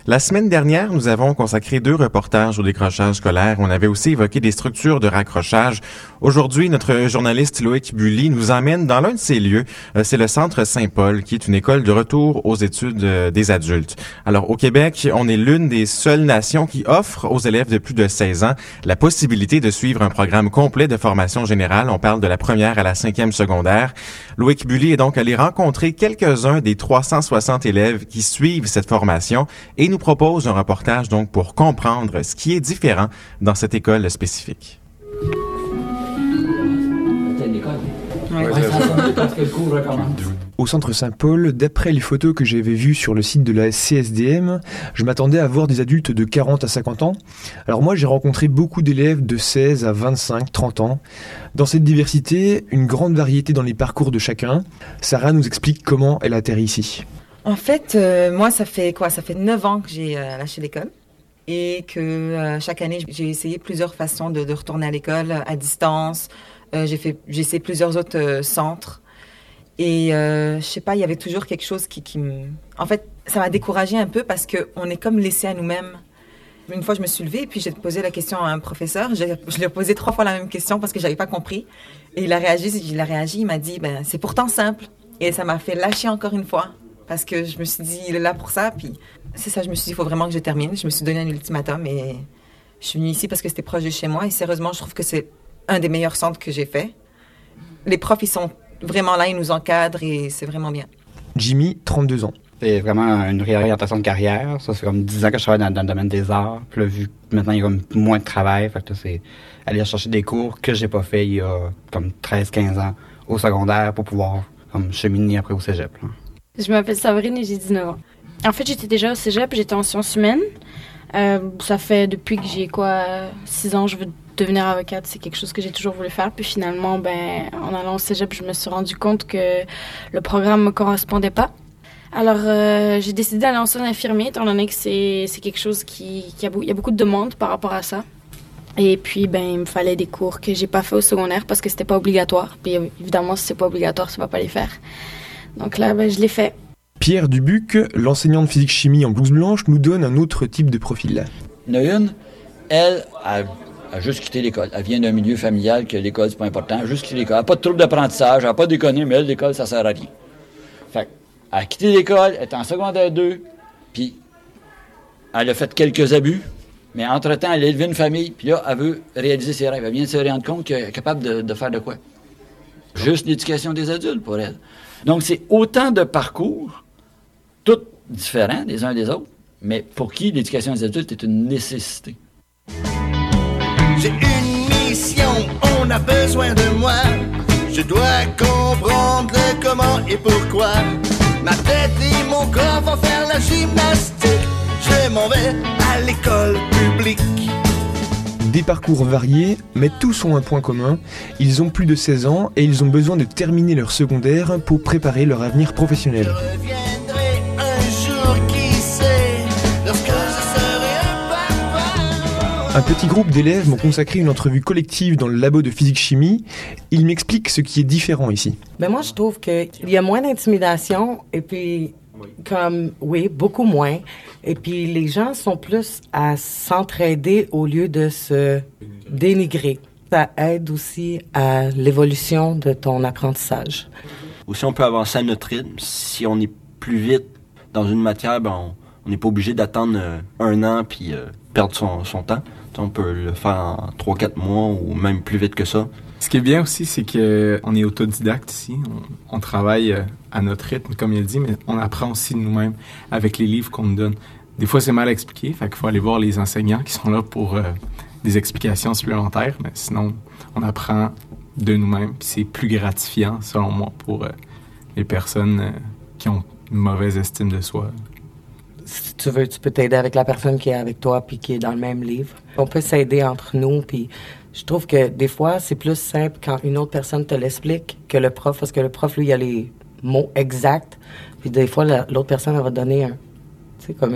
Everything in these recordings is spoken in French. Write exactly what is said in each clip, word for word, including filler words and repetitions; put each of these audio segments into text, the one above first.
La semaine dernière, nous avons consacré deux reportages au décrochage scolaire. On avait aussi évoqué des structures de raccrochage. Aujourd'hui, notre journaliste Loïc Bully nous emmène dans l'un de ces lieux. C'est le Centre Saint-Paul, qui est une école de retour aux études des adultes. Alors, au Québec, on est l'une des seules nations qui offre aux élèves de plus de seize ans la possibilité de suivre un programme complet de formation générale. On parle de la première à la cinquième secondaire. Loïc Bully est donc allé rencontrer quelques-uns des trois cent soixante élèves qui suivent cette formation et nous propose un reportage donc pour comprendre ce qui est différent dans cette école spécifique. Au Centre Saint-Paul, d'après les photos que j'avais vues sur le site de la C S D M, je m'attendais à voir des adultes de quarante à cinquante ans. Alors moi, j'ai rencontré beaucoup d'élèves de seize à vingt-cinq, trente ans. Dans cette diversité, une grande variété dans les parcours de chacun. Sarah nous explique comment elle atterrit ici. En fait, euh, moi, ça fait quoi? Ça fait neuf ans que j'ai euh, lâché l'école et que euh, chaque année, j'ai essayé plusieurs façons de, de retourner à l'école à distance. Euh, j'ai fait, j'ai essayé plusieurs autres euh, centres et euh, je sais pas, il y avait toujours quelque chose qui, qui me... En fait, ça m'a découragée un peu parce que on est comme laissé à nous-mêmes. Une fois, je me suis levée et puis j'ai posé la question à un professeur. Je, je lui ai posé trois fois la même question parce que j'avais pas compris. Et il a réagi, il a réagi, il m'a dit, ben c'est pourtant simple. Et ça m'a fait lâcher encore une fois. Parce que je me suis dit, il est là pour ça. Puis c'est ça, je me suis dit, il faut vraiment que je termine. Je me suis donné un ultimatum et je suis venue ici parce que c'était proche de chez moi. Et sérieusement, je trouve que c'est un des meilleurs centres que j'ai fait. Les profs, ils sont vraiment là, ils nous encadrent et c'est vraiment bien. Jimmy, trente-deux ans. C'est vraiment une réorientation de carrière. Ça, c'est comme dix ans que je travaille dans, dans le domaine des arts. Puis là, vu que maintenant, il y a comme moins de travail, fait que là, c'est aller chercher des cours que j'ai pas fait il y a comme treize quinze ans au secondaire pour pouvoir comme cheminer après au cégep, là. Je m'appelle Sabrine et j'ai dix-neuf ans. En fait, j'étais déjà au cégep, j'étais en sciences humaines. Euh, ça fait depuis que j'ai quoi, six ans, je veux devenir avocate. C'est quelque chose que j'ai toujours voulu faire. Puis finalement, ben, en allant au cégep, je me suis rendu compte que le programme me correspondait pas. Alors, euh, j'ai décidé d'aller en soins infirmiers, étant donné que c'est, c'est quelque chose qui, qui a, il y a beaucoup de demandes par rapport à ça. Et puis, ben, il me fallait des cours que j'ai pas fait au secondaire parce que c'était pas obligatoire. Puis évidemment, si c'est pas obligatoire, tu vas pas les faire. Donc là, ben, je l'ai fait. Pierre Dubuc, l'enseignant de physique-chimie en blouse blanche, nous donne un autre type de profil. Il y en a une, elle a, a juste quitté l'école. Elle vient d'un milieu familial que l'école, c'est pas important. Elle a juste quitté l'école. Elle n'a pas de trouble d'apprentissage, elle n'a pas déconné, mais elle, l'école, ça sert à rien. Fait elle a quitté l'école, elle est en secondaire deux, puis elle a fait quelques abus, mais entre-temps, elle a élevé une famille, puis là, elle veut réaliser ses rêves. Elle vient de se rendre compte qu'elle est capable de, de faire de quoi? Juste l'éducation des adultes pour elle. Donc, c'est autant de parcours, tous différents les uns des autres, mais pour qui l'éducation des adultes est une nécessité. J'ai une mission, on a besoin de moi. Je dois comprendre le comment et pourquoi. Ma tête et mon corps vont faire la gymnastique. Je m'en vais à l'école publique. Des parcours variés, mais tous ont un point commun. Ils ont plus de seize ans et ils ont besoin de terminer leur secondaire pour préparer leur avenir professionnel. Je reviendrai un jour, qui sait, lorsque je serai un papa. Un petit groupe d'élèves m'ont consacré une entrevue collective dans le labo de physique-chimie. Ils m'expliquent ce qui est différent ici. Ben moi, je trouve qu'il y a moins d'intimidation et puis, comme, oui, beaucoup moins. Et puis, les gens sont plus à s'entraider au lieu de se dénigrer. Ça aide aussi à l'évolution de ton apprentissage. Aussi, on peut avancer à notre rythme. Si on est plus vite dans une matière, ben on n'est pas obligé d'attendre euh, un an puis euh, perdre son, son temps. On peut le faire en trois quatre mois ou même plus vite que ça. Ce qui est bien aussi, c'est qu'on est autodidacte ici. On, on travaille à notre rythme, comme il a dit, mais on apprend aussi de nous-mêmes avec les livres qu'on nous donne. Des fois, c'est mal expliqué, fait qu'il faut aller voir les enseignants qui sont là pour euh, des explications supplémentaires, mais sinon, on apprend de nous-mêmes. Puis c'est plus gratifiant, selon moi, pour euh, les personnes euh, qui ont une mauvaise estime de soi. Si tu veux, tu peux t'aider avec la personne qui est avec toi puis qui est dans le même livre. On peut s'aider entre nous, puis je trouve que des fois, c'est plus simple quand une autre personne te l'explique que le prof, parce que le prof, lui, il a les mots exacts, puis des fois, la, l'autre personne, elle va donner un, tu sais, comme une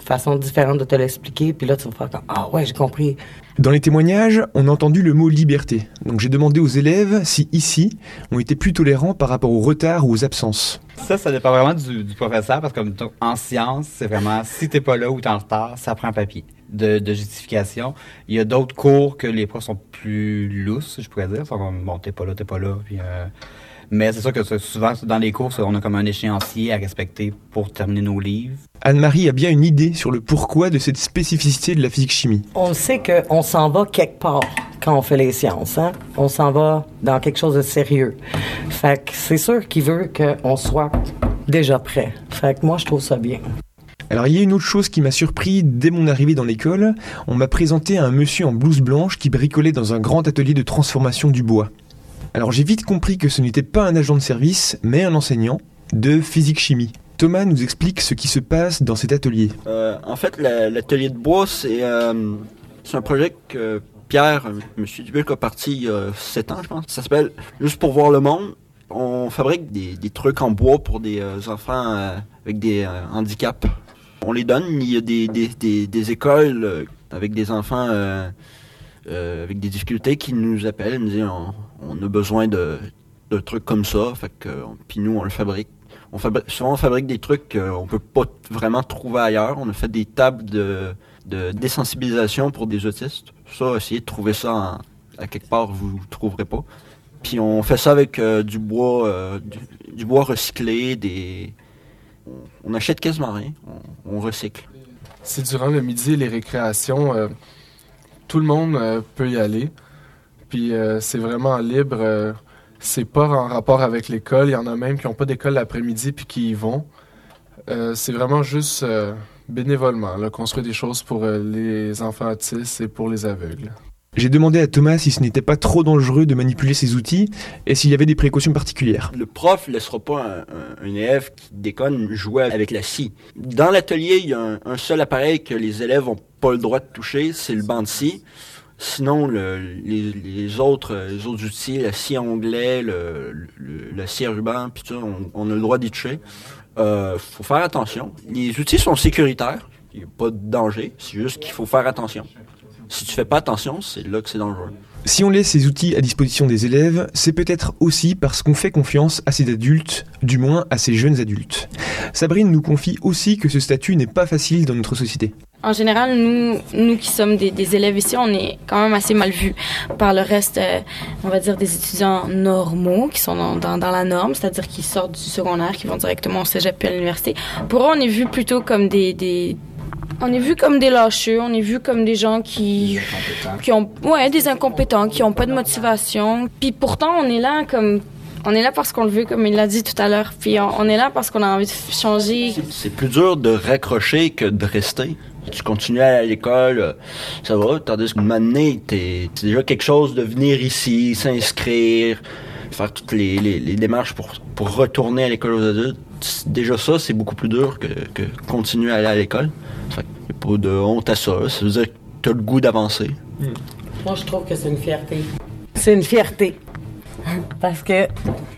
façon différente de te l'expliquer, puis là, tu vas faire comme « Ah ouais, j'ai compris ». Dans les témoignages, on a entendu le mot « liberté ». Donc j'ai demandé aux élèves si, ici, on était plus tolérants par rapport au retard ou aux absences. Ça, ça dépend vraiment du, du professeur, parce que comme en sciences, c'est vraiment, si t'es pas là ou t'es en retard, ça prend un papier de, de justification. Il y a d'autres cours que les profs sont plus lousses, je pourrais dire. Ils sont comme, bon, t'es pas là, t'es pas là, puis... Euh, mais c'est sûr que souvent, dans les cours, on a comme un échéancier à respecter pour terminer nos livres. Anne-Marie a bien une idée sur le pourquoi de cette spécificité de la physique-chimie. On sait qu'on s'en va quelque part quand on fait les sciences. Hein? On s'en va dans quelque chose de sérieux. Fait que c'est sûr qu'il veut qu'on soit déjà prêt. Fait que moi, je trouve ça bien. Alors, il y a une autre chose qui m'a surpris dès mon arrivée dans l'école. On m'a présenté un monsieur en blouse blanche qui bricolait dans un grand atelier de transformation du bois. Alors j'ai vite compris que ce n'était pas un agent de service, mais un enseignant de physique-chimie. Thomas nous explique ce qui se passe dans cet atelier. Euh, en fait, la, l'atelier de bois, c'est, euh, c'est un projet que Pierre, M. Dubuc, a parti il y a sept ans, je pense. Ça s'appelle « Juste pour voir le monde ». On fabrique des, des trucs en bois pour des euh, enfants euh, avec des euh, handicaps. On les donne. Il y a des, des, des, des écoles euh, avec des enfants... Euh, Euh, avec des difficultés qui nous appellent, nous disent on, on a besoin de, de trucs comme ça, fait que puis nous on le fabrique. On fabrique souvent on fabrique des trucs qu'on peut pas vraiment trouver ailleurs. On a fait des tables de, de désensibilisation pour des autistes. Ça, essayez de trouver ça en, à quelque part, vous ne trouverez pas. Puis on fait ça avec euh, du bois euh, du, du bois recyclé, des on, on achète quasiment rien, on, on recycle. C'est durant le midi les récréations. Euh... Tout le monde euh, peut y aller, puis euh, c'est vraiment libre. Euh, c'est pas en rapport avec l'école. Il y en a même qui n'ont pas d'école l'après-midi puis qui y vont. Euh, c'est vraiment juste euh, bénévolement, là, construire des choses pour euh, les enfants autistes et pour les aveugles. J'ai demandé à Thomas si ce n'était pas trop dangereux de manipuler ces outils et s'il y avait des précautions particulières. Le prof ne laissera pas un, un, un élève qui déconne jouer avec la scie. Dans l'atelier, il y a un, un seul appareil que les élèves n'ont pas le droit de toucher, c'est le banc de scie. Sinon, le, les, les, autres, les autres outils, la scie à onglet, le, le, la scie à ruban, puis tout ça, on, on a le droit d'y toucher. Euh, faut faire attention. Les outils sont sécuritaires, il n'y a pas de danger, c'est juste qu'il faut faire attention. Si tu fais pas attention, c'est là que c'est dangereux. Si on laisse ces outils à disposition des élèves, c'est peut-être aussi parce qu'on fait confiance à ces adultes, du moins à ces jeunes adultes. Sabrine nous confie aussi que ce statut n'est pas facile dans notre société. En général, nous, nous qui sommes des, des élèves ici, on est quand même assez mal vus par le reste, euh, on va dire, des étudiants normaux qui sont dans, dans, dans la norme, c'est-à-dire qui sortent du secondaire, qui vont directement au cégep puis à l'université. Pour eux, on est vus plutôt comme des... des On est vu comme des lâcheux, on est vu comme des gens qui, qui ont, ouais, des incompétents, qui ont pas de motivation. Puis pourtant, on est là comme, on est là parce qu'on le veut, comme il l'a dit tout à l'heure. Puis on, on est là parce qu'on a envie de changer. C'est, c'est plus dur de raccrocher que de rester. Tu continues à aller à l'école, ça va, tandis que maintenant, t'es, c'est déjà quelque chose de venir ici, s'inscrire, faire toutes les, les, les démarches pour, pour retourner à l'école aux adultes. Déjà ça, c'est beaucoup plus dur que, que continuer à aller à l'école. Fait qu'il n'y a pas de honte à ça. Ça veut dire que tu as le goût d'avancer. Mmh. Moi, je trouve que c'est une fierté. C'est une fierté. Parce que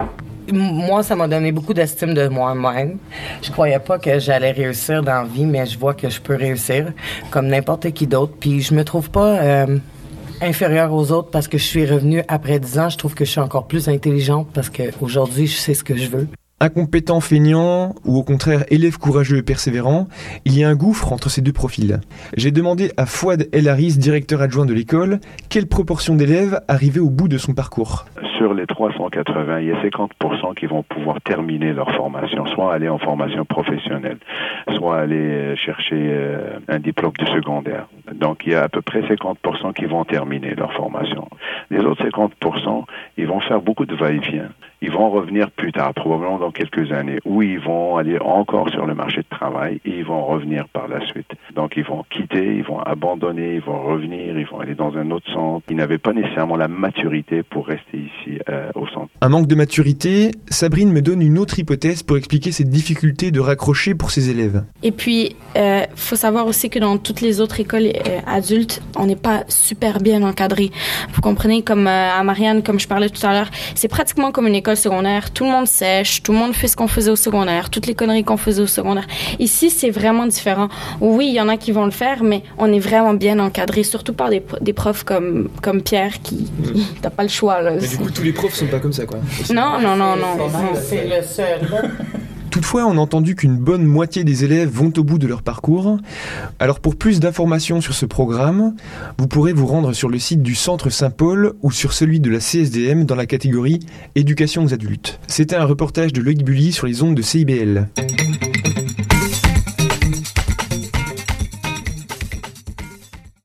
moi, ça m'a donné beaucoup d'estime de moi-même. Je croyais pas que j'allais réussir dans la vie, mais je vois que je peux réussir comme n'importe qui d'autre. Puis je me trouve pas euh, inférieure aux autres parce que je suis revenue après dix ans. Je trouve que je suis encore plus intelligente parce qu'aujourd'hui, je sais ce que je veux. Incompétent, feignant, ou au contraire élève courageux et persévérant, il y a un gouffre entre ces deux profils. J'ai demandé à Fouad El Haris, directeur adjoint de l'école, quelle proportion d'élèves arrivaient au bout de son parcours. Sur les trois cent quatre-vingts, il y a cinquante pour cent qui vont pouvoir terminer leur formation, soit aller en formation professionnelle, soit aller chercher euh, un diplôme de secondaire. Donc il y a à peu près cinquante pour cent qui vont terminer leur formation. Les autres cinquante pour cent, ils vont faire beaucoup de va-et-vient. Ils vont revenir plus tard, probablement dans quelques années, où ils vont aller encore sur le marché de travail et ils vont revenir par la suite. Donc ils vont quitter, ils vont abandonner, ils vont revenir, ils vont aller dans un autre centre. Ils n'avaient pas nécessairement la maturité pour rester ici euh, au centre. Un manque de maturité, Sabrine me donne une autre hypothèse pour expliquer cette difficulté de raccrocher pour ses élèves. Et puis, il euh, faut savoir aussi que dans toutes les autres écoles euh, adultes, on n'est pas super bien encadré. Vous comprenez, comme euh, à Marianne, comme je parlais tout à l'heure, c'est pratiquement comme une école l'école secondaire, tout le monde sèche, tout le monde fait ce qu'on faisait au secondaire, toutes les conneries qu'on faisait au secondaire. Ici, c'est vraiment différent. Oui, il y en a qui vont le faire, mais on est vraiment bien encadré, surtout par des, des profs comme, comme Pierre qui... Mmh. T'as pas le choix, là. Mais du coup, tous les profs sont pas comme ça, quoi. Non, non, non, non. C'est le seul, là. Toutefois, on a entendu qu'une bonne moitié des élèves vont au bout de leur parcours. Alors pour plus d'informations sur ce programme, vous pourrez vous rendre sur le site du Centre Saint-Paul ou sur celui de la C S D M dans la catégorie Éducation aux adultes. C'était un reportage de Loïc Bully sur les ondes de C I B L.